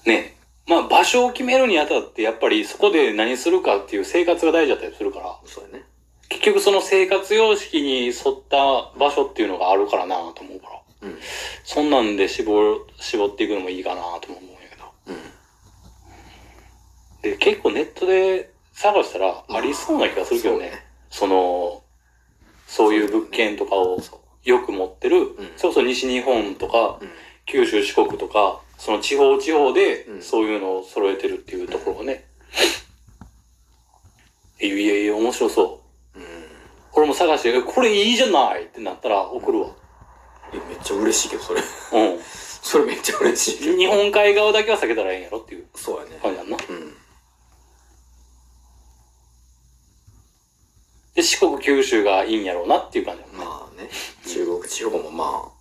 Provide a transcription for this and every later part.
ね。まあ場所を決めるにあたってやっぱりそこで何するかっていう生活が大事だったりするから。 そうやね。 結局その生活様式に沿った場所っていうのがあるからなと思うから。そんなんで絞っていくのもいいかなとも思うんやけど。で、結構ネットで探したらありそうな気がするけどね。そういう物件とかをよく持ってる、それこそ西日本とか、九州四国とか、その地方でそういうのを揃えてるっていうところがね。いや、面白そう。これも探して、これいいじゃないってなったら送るわ。 めっちゃ嬉しいけど、それ。それめっちゃ嬉しいけど。 日本海側だけは避けたらええんやろっていう。 そうやね。 感じやんな。で、四国、九州がいいんやろうなっていう感じやんな。 まあね。中国地方もまあ。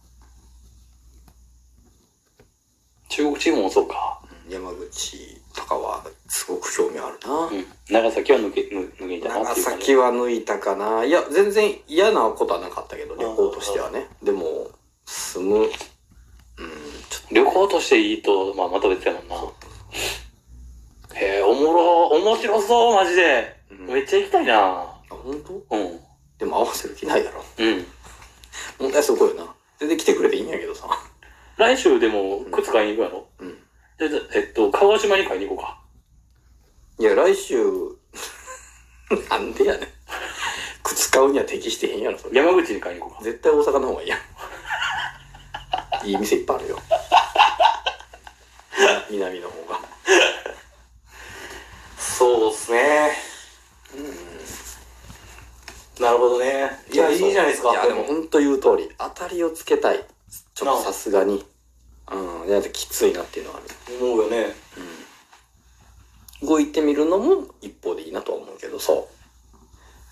中国地方もそうか。 山口とかはすごく興味あるな。 長崎は抜いたなっていう長崎は抜いたかな。いや、全然嫌なことはなかったけど、旅行としてはね。でも、 旅行としていいと、まあ、また別やもんな。へえ、面白そう、マジで。めっちゃ行きたいな。 あ、本当？でも合わせる気ないだろ。問題はそこよな。全然来てくれていいんやけどさ。 来週でも靴買いに行くやろ？鹿児島に買いに行こうか。 いや、来週、なんでやねん。靴買うには適してへんやろ、それ。 山口に買いに行こうか。 絶対大阪の方がいいやん。いい店いっぱいあるよ。南の方が。 そうっすね。なるほどね。いや、いいじゃないですか。 いや、でもほんと言う通り、当たりをつけたい。ちょっとさすがに。だってきついなっていうのはある。 思うよね。 動いてみるのも一方でいいなとは思うけど、そう。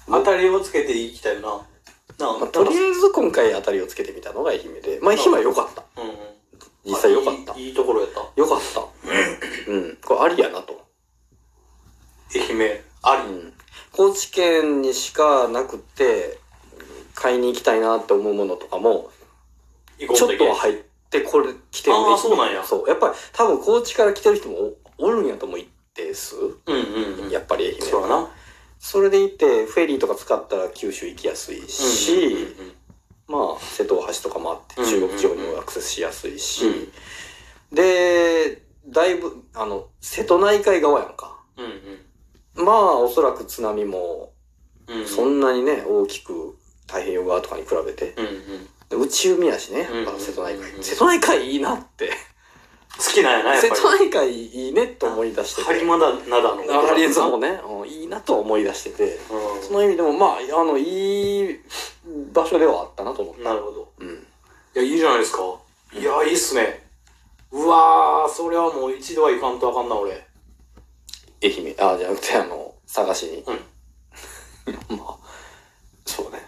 当たりをつけていきたいな。 とりあえず今回当たりをつけてみたのが愛媛で、まあ愛媛は良かった。実際良かった。 いいところやった。 良かった。これありやなと。 愛媛、あり。 高知県にしかなくて、買いに行きたいなって思うものとかも、ちょっとは入ってこれ来てる。 ああ、そうなんや。 そう。やっぱり多分高知から来てる人もおるんやと思う一定数。やっぱり愛媛。 そうだな。 それでいて、フェリーとか使ったら九州行きやすいし、まあ、瀬戸大橋とかもあって、中国地方にもアクセスしやすいし、で、だいぶ、瀬戸内海側やんか。まあ、おそらく津波も、そんなにね、大きく太平洋側とかに比べて、内海やしね、瀬戸内海。瀬戸内海いいなって。 好きなんやな、やっぱり。 瀬戸内海いいねと思い出してて。 ハリマナダの。 ハリエンズもね、いいなと思い出してて、その意味でも、まあ、いい場所ではあったなと思った。 なるほど。いや、いいじゃないですか。いや、いいっすね。うわー、それはもう一度は行かんとあかんな、俺。 愛媛、じゃなくて、探しに。まあ、そうね。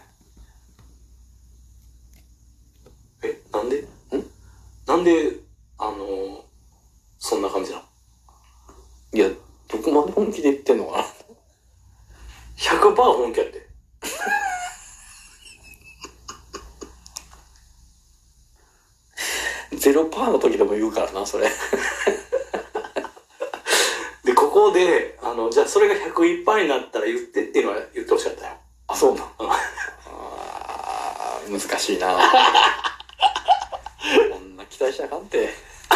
なんでなんで、そんな感じなの？ いや、どこまで本気で言ってんのかな。 100% 本気やって。 0% の時でも言うからな、それ。 で、ここで、じゃあそれが101% になったら言ってっていうのは言ってほしかったよ。 あ、そうなん。難しいな。こんな期待しなあかんて。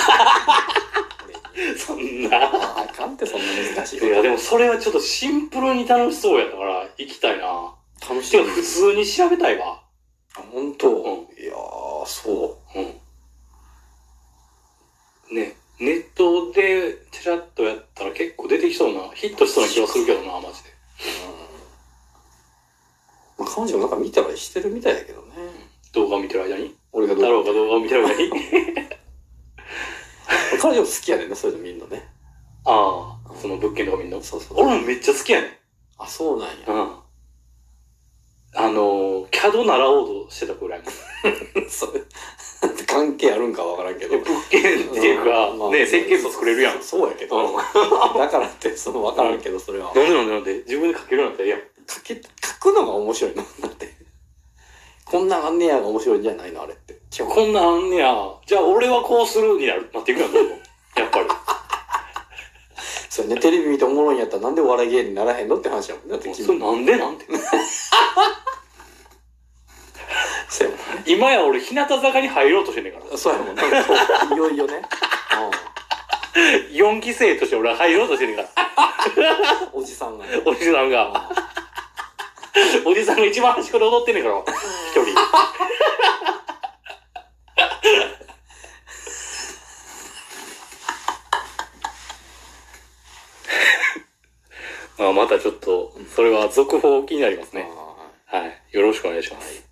そんな。 あかんって、そんな難しい。 いや、でもそれはちょっとシンプルに楽しそうやったから行きたいな。 楽しい。 普通に調べたいわ。 あ、ほんと？いやー、そう。 ね、ネットでチラッとやったら結構出てきそうな、ヒットしそうな気がするけどな、マジで。 まあ、彼女もなんか見たりしてるみたいだけどね。 動画を見てる間に？ 俺が太郎が動画を見てる間に？ 彼女も好きやねんね、そういうの見るのね。 ああ、その物件とか見るの？ そうそう。 俺もめっちゃ好きやねん。 あ、そうなんや。 CAD 習おうとしてたくらいも。 それ、関係あるんかわからんけど。 物件っていうか、ね、設計図作れるやん。 そうやけど。だからって、わからんけど、それは。 なんで自分で書けるようになったらいいやん。 書くのが面白いの。だって。こんなんあんねやが面白いんじゃないのあれって。 こんなんあんねや。じゃあ俺はこうするになっていくやん、どんどん。やっぱり。 そうね、テレビ見ておもろいんやったらなんでお笑い芸人にならへんのって話やもんね。だってそれなんでなんて。 そうやもんね。 今や俺日向坂に入ろうとしてんねんから。 そうやもんね。いよいよね。 4期生として俺は入ろうとしてんねんから。 おじさんがね。 おじさんが。おじさんが一番端っこで踊ってんねんから。一人。まあまたちょっと、それは続報気になりますね。はい。よろしくお願いします。